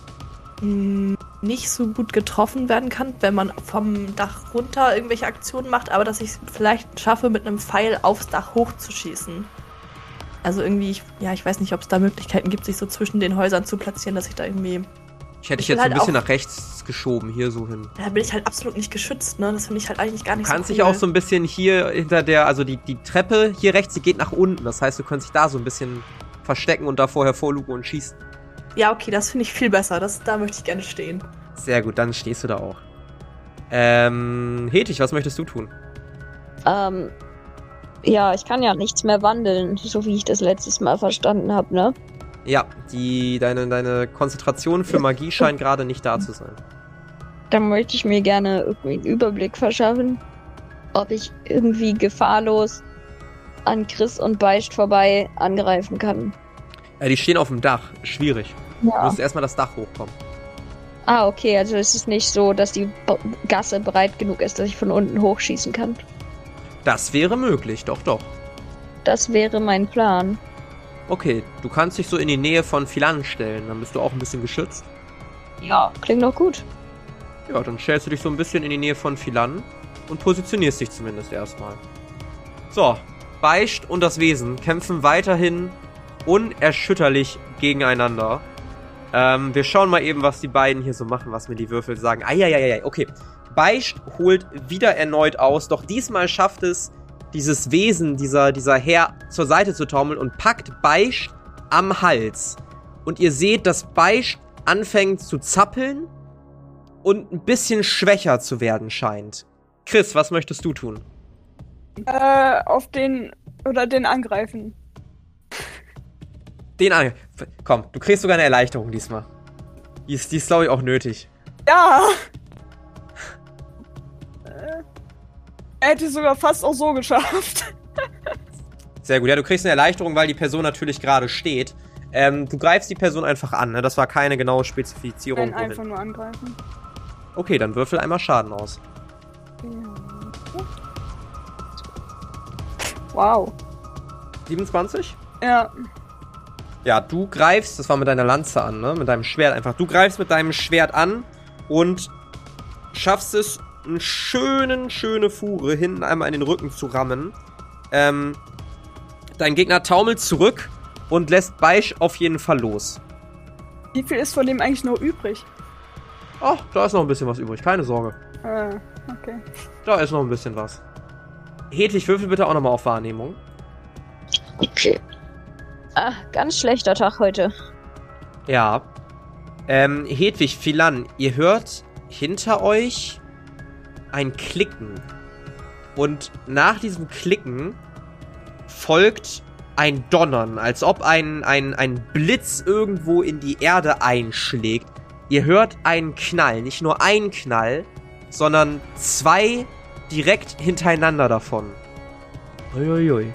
nicht so gut getroffen werden kann, wenn man vom Dach runter irgendwelche Aktionen macht, aber dass ich es vielleicht schaffe, mit einem Pfeil aufs Dach hochzuschießen. Also irgendwie, ich weiß nicht, ob es da Möglichkeiten gibt, sich so zwischen den Häusern zu platzieren, dass ich da irgendwie... Ich hätte dich Ich will jetzt so ein halt bisschen auch- nach rechts geschoben, hier so hin. Da bin ich halt absolut nicht geschützt, ne? Das finde ich halt eigentlich gar nicht Du kannst so dich cool. auch so ein bisschen hier hinter der, also die Treppe hier rechts, die geht nach unten. Das heißt, du kannst dich da so ein bisschen verstecken und davor hervorlugen und schießen. Ja, okay, das finde ich viel besser. Da möchte ich gerne stehen. Sehr gut, dann stehst du da auch. Hedwig, was möchtest du tun? Ja, ich kann ja nichts mehr wandeln, so wie ich das letztes Mal verstanden habe, ne? Ja, deine Konzentration für Magie scheint gerade nicht da zu sein. Dann möchte ich mir gerne irgendwie einen Überblick verschaffen, ob ich irgendwie gefahrlos an Chris und Beischt vorbei angreifen kann. Die stehen auf dem Dach. Schwierig. Du Ja. musst erstmal das Dach hochkommen. Ah, okay, also es ist nicht so, dass die Gasse breit genug ist, dass ich von unten hochschießen kann. Das wäre möglich, doch. Das wäre mein Plan. Okay, du kannst dich so in die Nähe von Philan stellen, dann bist du auch ein bisschen geschützt. Ja, klingt doch gut. Ja, dann stellst du dich so ein bisschen in die Nähe von Philan und positionierst dich zumindest erstmal. So, Beicht und das Wesen kämpfen weiterhin unerschütterlich gegeneinander. Wir schauen mal eben, was die beiden hier so machen, was mir die Würfel sagen. Eieieiei, okay. Beicht holt wieder erneut aus, doch diesmal schafft es dieses Wesen, dieser Herr zur Seite zu taumeln und packt Beicht am Hals. Und ihr seht, dass Beicht anfängt zu zappeln und ein bisschen schwächer zu werden scheint. Chris, was möchtest du tun? Auf den angreifen. Komm, du kriegst sogar eine Erleichterung diesmal. Die ist glaube ich, auch nötig. Ja! Er hätte es sogar fast auch so geschafft. Sehr gut, ja, du kriegst eine Erleichterung, weil die Person natürlich gerade steht. Du greifst die Person einfach an, ne? Das war keine genaue Spezifizierung. Nein, einfach nur angreifen. Okay, dann würfel einmal Schaden aus. Wow. 27? Ja. Ja, du greifst, das war mit deiner Lanze an, ne? Mit deinem Schwert einfach. Du greifst mit deinem Schwert an und schaffst es, eine schöne Fuhre hinten einmal in den Rücken zu rammen. Dein Gegner taumelt zurück und lässt Beicht auf jeden Fall los. Wie viel ist von dem eigentlich noch übrig? Ach, da ist noch ein bisschen was übrig, keine Sorge. Okay. Da ist noch ein bisschen was. Hedwig, würfel bitte auch nochmal auf Wahrnehmung. Okay. Ganz schlechter Tag heute. Ja. Hedwig, Philan, ihr hört hinter euch ein Klicken. Und nach diesem Klicken folgt ein Donnern, als ob ein Blitz irgendwo in die Erde einschlägt. Ihr hört einen Knall, nicht nur einen Knall, sondern 2 direkt hintereinander davon. Uiuiui.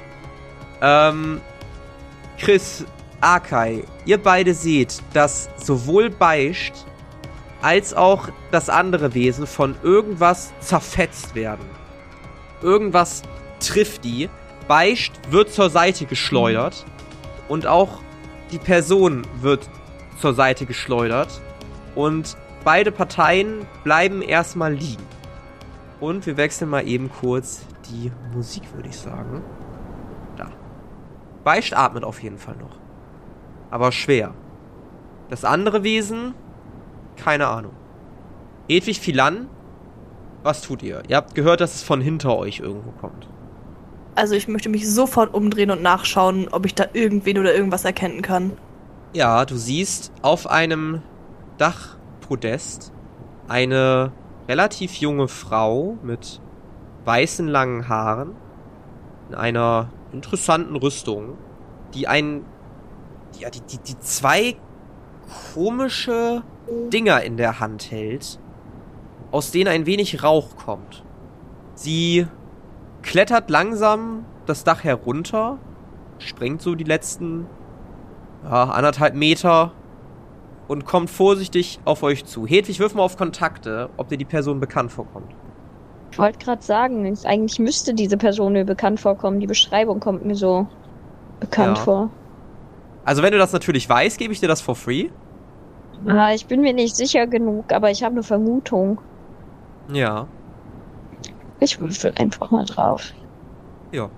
Chris, Akai, ihr beide seht, dass sowohl Beicht als auch das andere Wesen von irgendwas zerfetzt werden. Irgendwas trifft die. Beicht wird zur Seite geschleudert und auch die Person wird zur Seite geschleudert und beide Parteien bleiben erstmal liegen. Und wir wechseln mal eben kurz die Musik, würde ich sagen. Da. Beicht atmet auf jeden Fall noch. Aber schwer. Das andere Wesen, keine Ahnung. Hedwig, Philan, was tut ihr? Ihr habt gehört, dass es von hinter euch irgendwo kommt. Also ich möchte mich sofort umdrehen und nachschauen, ob ich da irgendwen oder irgendwas erkennen kann. Ja, du siehst auf einem Dachpodest eine relativ junge Frau mit weißen langen Haaren in einer interessanten Rüstung, die die 2 komische Dinger in der Hand hält, aus denen ein wenig Rauch kommt. Sie klettert langsam das Dach herunter, springt so die letzten 1,5 Meter und kommt vorsichtig auf euch zu. Hedwig, wirf mal auf Kontakte, ob dir die Person bekannt vorkommt. Ich wollte gerade sagen, eigentlich müsste diese Person mir bekannt vorkommen. Die Beschreibung kommt mir so bekannt vor. Also wenn du das natürlich weißt, gebe ich dir das for free. Ich bin mir nicht sicher genug, aber ich habe eine Vermutung. Ja. Ich würfel einfach mal drauf. Ja.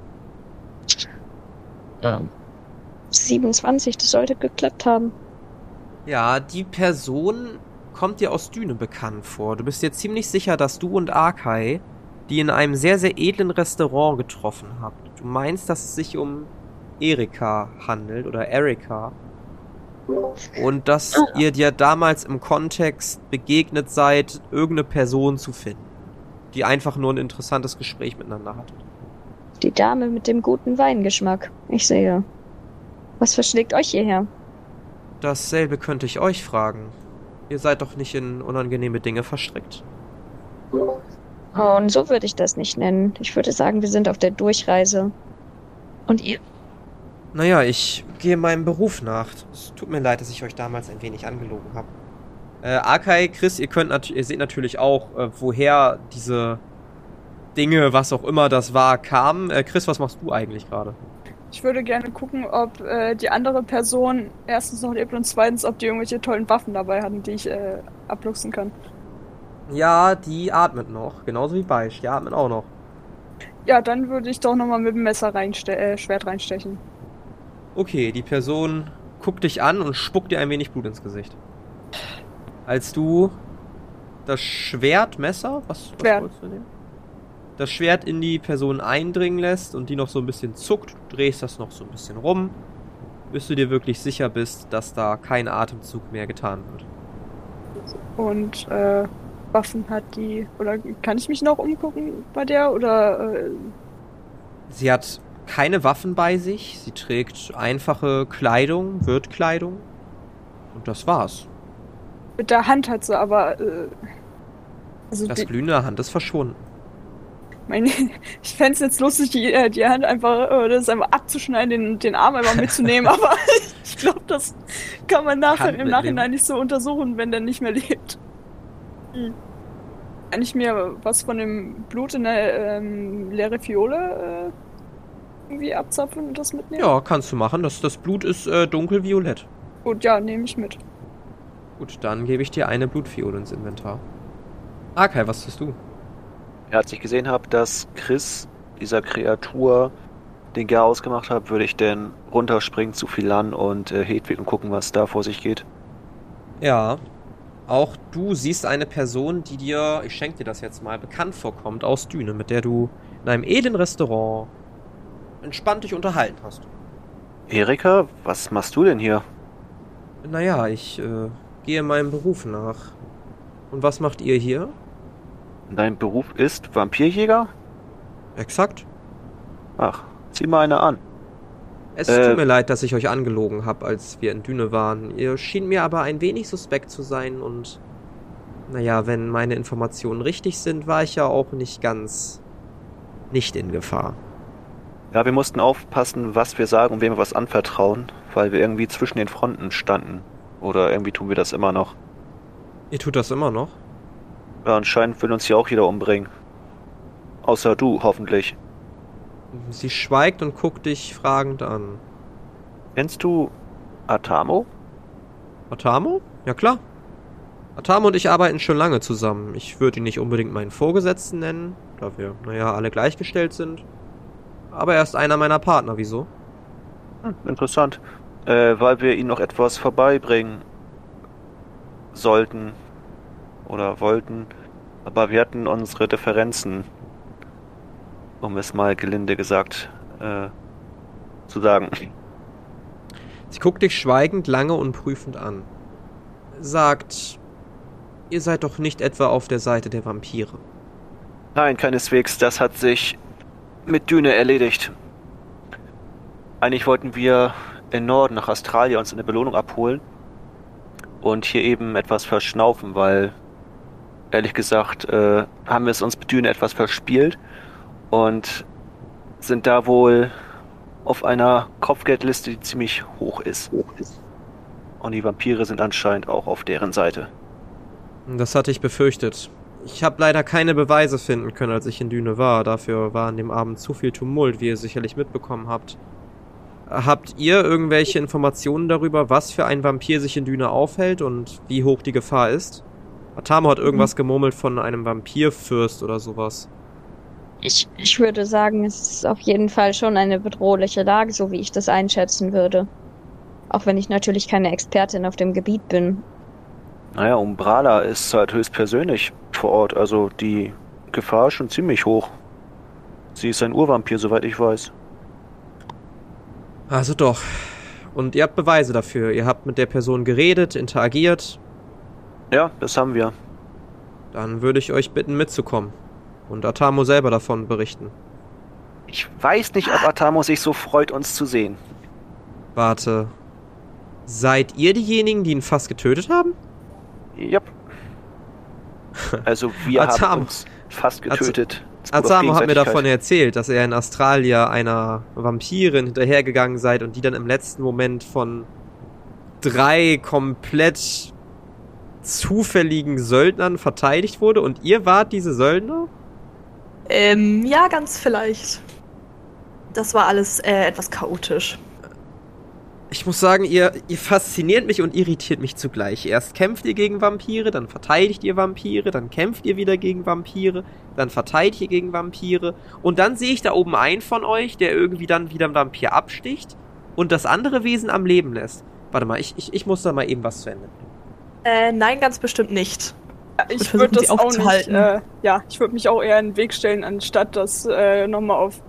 27, das sollte geklappt haben. Ja, die Person kommt dir aus Düne bekannt vor. Du bist dir ziemlich sicher, dass du und Akai die in einem sehr, sehr edlen Restaurant getroffen habt. Du meinst, dass es sich um Erika handelt oder Erika. Und dass ihr dir damals im Kontext begegnet seid, irgendeine Person zu finden, die einfach nur ein interessantes Gespräch miteinander hattet. Die Dame mit dem guten Weingeschmack. Ich sehe. Was verschlägt euch hierher? Dasselbe könnte ich euch fragen. Ihr seid doch nicht in unangenehme Dinge verstrickt. Und so würde ich das nicht nennen. Ich würde sagen, wir sind auf der Durchreise. Und ihr? Naja, ich gehe meinem Beruf nach. Es tut mir leid, dass ich euch damals ein wenig angelogen habe. Akai, Chris, ihr seht natürlich auch, woher diese Dinge, was auch immer das war, kamen. Chris, was machst du eigentlich gerade? Ich würde gerne gucken, ob die andere Person erstens noch lebt und zweitens, ob die irgendwelche tollen Waffen dabei hatten, die ich abluchsen kann. Ja, die atmet noch. Genauso wie Beisch. Die atmet auch noch. Ja, dann würde ich doch nochmal mit dem Messer Schwert reinstechen. Okay, die Person guckt dich an und spuckt dir ein wenig Blut ins Gesicht. Als du das Messer, was wolltest du nehmen? Das Schwert in die Person eindringen lässt und die noch so ein bisschen zuckt, du drehst das noch so ein bisschen rum, bis du dir wirklich sicher bist, dass da kein Atemzug mehr getan wird. Und Waffen hat die, oder kann ich mich noch umgucken bei der, oder? Sie hat keine Waffen bei sich, sie trägt einfache Kleidung, Wirtkleidung und das war's. Mit der Hand hat sie aber, also das Glühen in der Hand ist verschwunden. Ich fände es jetzt lustig, die Hand einfach, das einfach abzuschneiden, den Arm einfach mitzunehmen, aber ich glaube, das kann man im Nachhinein nicht so untersuchen, wenn der nicht mehr lebt. Kann ich mir was von dem Blut in der leere Fiole irgendwie abzapfen und das mitnehmen? Ja, kannst du machen. Das Blut ist dunkelviolett. Gut, ja, nehme ich mit. Gut, dann gebe ich dir eine Blutfiole ins Inventar. Arkai, was tust du? Ja, als ich gesehen habe, dass Chris dieser Kreatur den Garaus gemacht hat, würde ich dann runterspringen zu Philan und Hedwig und gucken, was da vor sich geht. Ja, auch du siehst eine Person, die dir, ich schenke dir das jetzt mal, bekannt vorkommt aus Düne, mit der du in einem edlen Restaurant entspannt dich unterhalten hast. Erika, was machst du denn hier? Naja, ich gehe meinem Beruf nach. Und was macht ihr hier? Dein Beruf ist Vampirjäger? Exakt. Ach, zieh mal eine an. Es tut mir leid, dass ich euch angelogen habe, als wir in Düne waren. Ihr schien mir aber ein wenig suspekt zu sein und... Naja, wenn meine Informationen richtig sind, war ich ja auch nicht in Gefahr. Ja, wir mussten aufpassen, was wir sagen und wem wir was anvertrauen, weil wir irgendwie zwischen den Fronten standen. Oder irgendwie tun wir das immer noch. Ihr tut das immer noch? Ja, anscheinend will uns hier auch jeder umbringen. Außer du, hoffentlich. Sie schweigt und guckt dich fragend an. Kennst du Atamo? Atamo? Ja klar. Atamo und ich arbeiten schon lange zusammen. Ich würde ihn nicht unbedingt meinen Vorgesetzten nennen, da wir, alle gleichgestellt sind. Aber er ist einer meiner Partner, wieso? Interessant. Weil wir ihm noch etwas vorbeibringen sollten. Oder wollten. Aber wir hatten unsere Differenzen. Um es mal gelinde gesagt zu sagen. Sie guckt dich schweigend, lange und prüfend an. Sagt, ihr seid doch nicht etwa auf der Seite der Vampire. Nein, keineswegs. Das hat sich mit Düne erledigt. Eigentlich wollten wir in Norden nach Australien uns eine Belohnung abholen. Und hier eben etwas verschnaufen, weil, ehrlich gesagt, haben wir es uns mit Düne etwas verspielt. Und sind da wohl auf einer Kopfgeldliste, die ziemlich hoch ist. Und die Vampire sind anscheinend auch auf deren Seite. Das hatte ich befürchtet. Ich habe leider keine Beweise finden können, als ich in Düne war. Dafür war an dem Abend zu viel Tumult, wie ihr sicherlich mitbekommen habt. Habt ihr irgendwelche Informationen darüber, was für ein Vampir sich in Düne aufhält und wie hoch die Gefahr ist? Atamo hat irgendwas gemurmelt von einem Vampirfürst oder sowas. Ich würde sagen, es ist auf jeden Fall schon eine bedrohliche Lage, so wie ich das einschätzen würde. Auch wenn ich natürlich keine Expertin auf dem Gebiet bin. Naja, Umbrala ist halt höchstpersönlich vor Ort, also die Gefahr ist schon ziemlich hoch. Sie ist ein Urvampir, soweit ich weiß. Also doch. Und ihr habt Beweise dafür. Ihr habt mit der Person geredet, interagiert. Ja, das haben wir. Dann würde ich euch bitten, mitzukommen. Und Atamo selber davon berichten. Ich weiß nicht, ob Atamo sich so freut, uns zu sehen. Warte. Seid ihr diejenigen, die ihn fast getötet haben? Yep. Also wir haben uns fast getötet. Atamo hat mir davon erzählt, dass er in Australien einer Vampirin hinterhergegangen seid und die dann im letzten Moment von 3 komplett zufälligen Söldnern verteidigt wurde und ihr wart diese Söldner? Ja, ganz vielleicht. Das war alles etwas chaotisch. Ich muss sagen, ihr fasziniert mich und irritiert mich zugleich. Erst kämpft ihr gegen Vampire, dann verteidigt ihr Vampire, dann kämpft ihr wieder gegen Vampire, dann verteidigt ihr gegen Vampire. Und dann sehe ich da oben einen von euch, der irgendwie dann wieder ein Vampir absticht und das andere Wesen am Leben lässt. Warte mal, ich muss da mal eben was zu Ende bringen. Nein, ganz bestimmt nicht. Ich würde das auch nicht, ich würde mich auch eher in den Weg stellen, anstatt das nochmal auf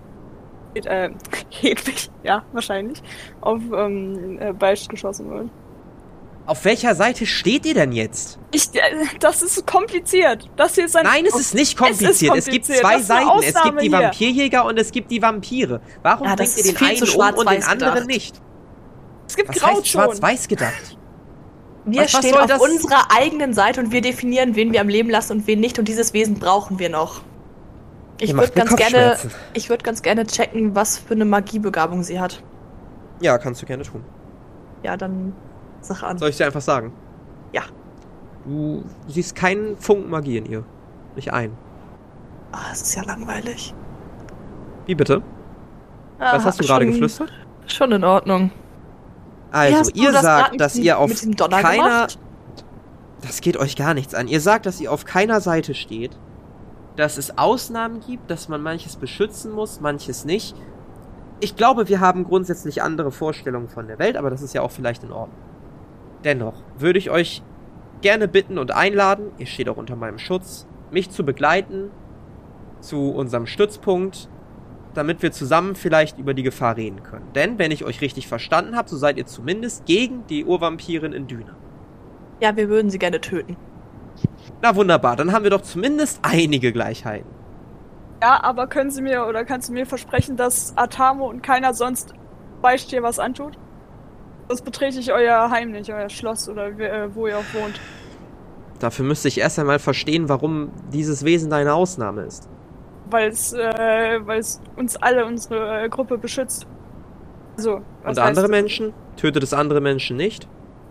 Hedwig, ja, wahrscheinlich, auf Beisch geschossen wird. Auf welcher Seite steht ihr denn jetzt? Das ist kompliziert. Das hier ist Nein, es ist nicht kompliziert. Es gibt zwei Seiten. Es gibt die Vampirjäger und es gibt die Vampire. Warum bringt ihr den einen um und den anderen nicht? Es gibt Was heißt schwarz-weiß gedacht? Wir stehen auf unserer eigenen Seite und wir definieren, wen wir am Leben lassen und wen nicht. Und dieses Wesen brauchen wir noch. Ich würde ganz gerne checken, was für eine Magiebegabung sie hat. Ja, kannst du gerne tun. Ja, dann sag an. Soll ich dir einfach sagen? Ja. Du siehst keinen Funken Magie in ihr. Nicht einen. Es ist ja langweilig. Wie bitte? Was hast du gerade geflüstert? Schon in Ordnung. Also, ihr sagt, dass ihr auf keiner... gemacht? Das geht euch gar nichts an. Ihr sagt, dass ihr auf keiner Seite steht. Dass es Ausnahmen gibt, dass man manches beschützen muss, manches nicht. Ich glaube, wir haben grundsätzlich andere Vorstellungen von der Welt, aber das ist ja auch vielleicht in Ordnung. Dennoch würde ich euch gerne bitten und einladen, ihr steht auch unter meinem Schutz, mich zu begleiten zu unserem Stützpunkt, damit wir zusammen vielleicht über die Gefahr reden können. Denn, wenn ich euch richtig verstanden habe, so seid ihr zumindest gegen die Urvampirin in Düne. Ja, wir würden sie gerne töten. Na wunderbar, dann haben wir doch zumindest einige Gleichheiten. Ja, aber kannst du mir versprechen, dass Atamo und keiner sonst Beisch dir was antut? Sonst betrete ich euer Heim nicht, euer Schloss oder wo ihr auch wohnt. Dafür müsste ich erst einmal verstehen, warum dieses Wesen deine Ausnahme ist. Weil es uns alle, unsere Gruppe beschützt. So. Und andere Menschen? Tötet es andere Menschen nicht?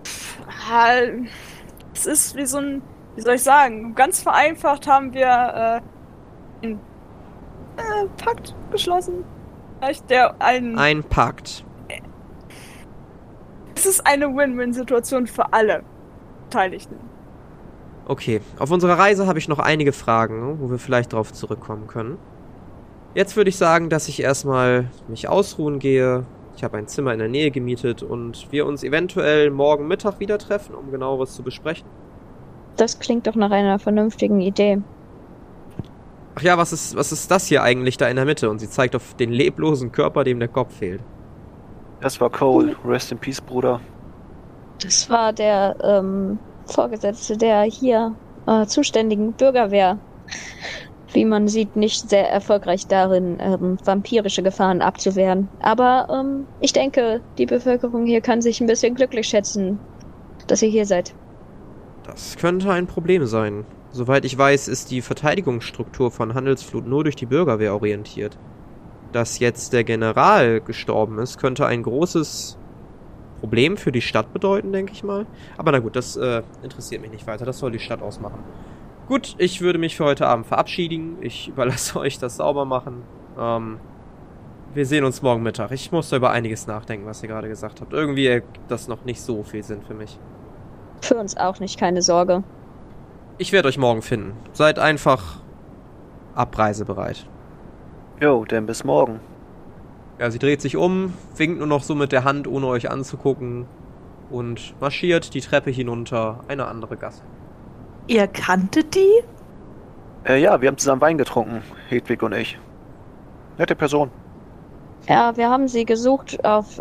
Es ist wie so ein, wie soll ich sagen, ganz vereinfacht haben wir einen Pakt geschlossen. Ein Pakt. Es ist eine Win-Win-Situation für alle Beteiligten. Okay, auf unserer Reise habe ich noch einige Fragen, wo wir vielleicht drauf zurückkommen können. Jetzt würde ich sagen, dass ich erstmal mich ausruhen gehe. Ich habe ein Zimmer in der Nähe gemietet und wir uns eventuell morgen Mittag wieder treffen, um genaueres zu besprechen. Das klingt doch nach einer vernünftigen Idee. Ach ja, was ist das hier eigentlich da in der Mitte? Und sie zeigt auf den leblosen Körper, dem der Kopf fehlt. Das war Cole. Rest in Peace, Bruder. Das war der Vorgesetzte der hier zuständigen Bürgerwehr. Wie man sieht, nicht sehr erfolgreich darin, vampirische Gefahren abzuwehren. Aber ich denke, die Bevölkerung hier kann sich ein bisschen glücklich schätzen, dass ihr hier seid. Das könnte ein Problem sein. Soweit ich weiß, ist die Verteidigungsstruktur von Handelsflut nur durch die Bürgerwehr orientiert. Dass jetzt der General gestorben ist, könnte ein großes Problem für die Stadt bedeuten, denke ich mal. Aber na gut, das interessiert mich nicht weiter. Das soll die Stadt ausmachen. Gut, ich würde mich für heute Abend verabschieden. Ich überlasse euch das Saubermachen. Wir sehen uns morgen Mittag. Ich muss da über einiges nachdenken, was ihr gerade gesagt habt. Irgendwie ergibt das noch nicht so viel Sinn für mich. Für uns auch nicht, keine Sorge. Ich werde euch morgen finden. Seid einfach abreisebereit. Jo, denn bis morgen. Ja, sie dreht sich um, winkt nur noch so mit der Hand, ohne euch anzugucken und marschiert die Treppe hinunter, eine andere Gasse. Ihr kanntet die? Ja, wir haben zusammen Wein getrunken, Hedwig und ich. Nette Person. Ja, wir haben sie gesucht auf,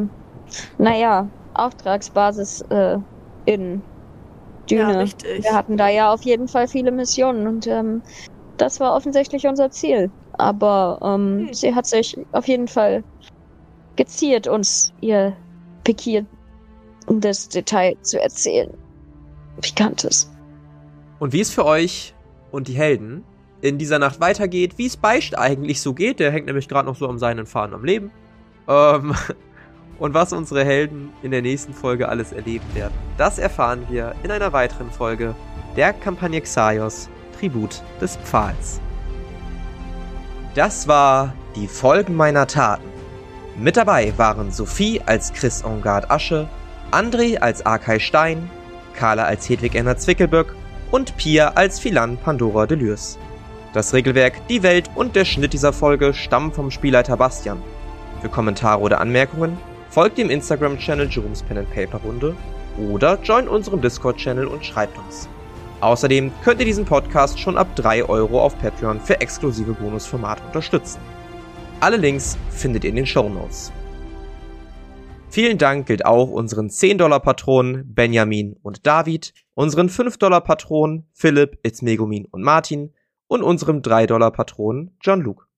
Auftragsbasis in Düne. Ja, richtig. Wir hatten da ja auf jeden Fall viele Missionen und das war offensichtlich unser Ziel. Aber sie hat sich auf jeden Fall geziert, uns ihr pikierendes Detail zu erzählen. Pikantes. Und wie es für euch und die Helden in dieser Nacht weitergeht, wie es Beisch eigentlich so geht, der hängt nämlich gerade noch so am seinen Faden am Leben, und was unsere Helden in der nächsten Folge alles erleben werden, das erfahren wir in einer weiteren Folge der Kampagne Xaios, Tribut des Pfahls. Das war Die Folgen meiner Taten. Mit dabei waren Sophie als Chris Engard Asche, André als Arkay Stein, Carla als Hedwig Enna Zwickelböck und Pia als Philan Pandora Delürs. Das Regelwerk, die Welt und der Schnitt dieser Folge stammen vom Spielleiter Bastian. Für Kommentare oder Anmerkungen folgt dem Instagram-Channel Jerome's Pen & Paper Runde oder joint unserem Discord-Channel und schreibt uns. Außerdem könnt ihr diesen Podcast schon ab 3 € auf Patreon für exklusive Bonusformate unterstützen. Alle Links findet ihr in den Shownotes. Vielen Dank gilt auch unseren 10-Dollar-Patronen Benjamin und David, unseren 5-Dollar-Patronen Philipp, Itzmegumin und Martin und unserem 3-Dollar-Patronen John Luke.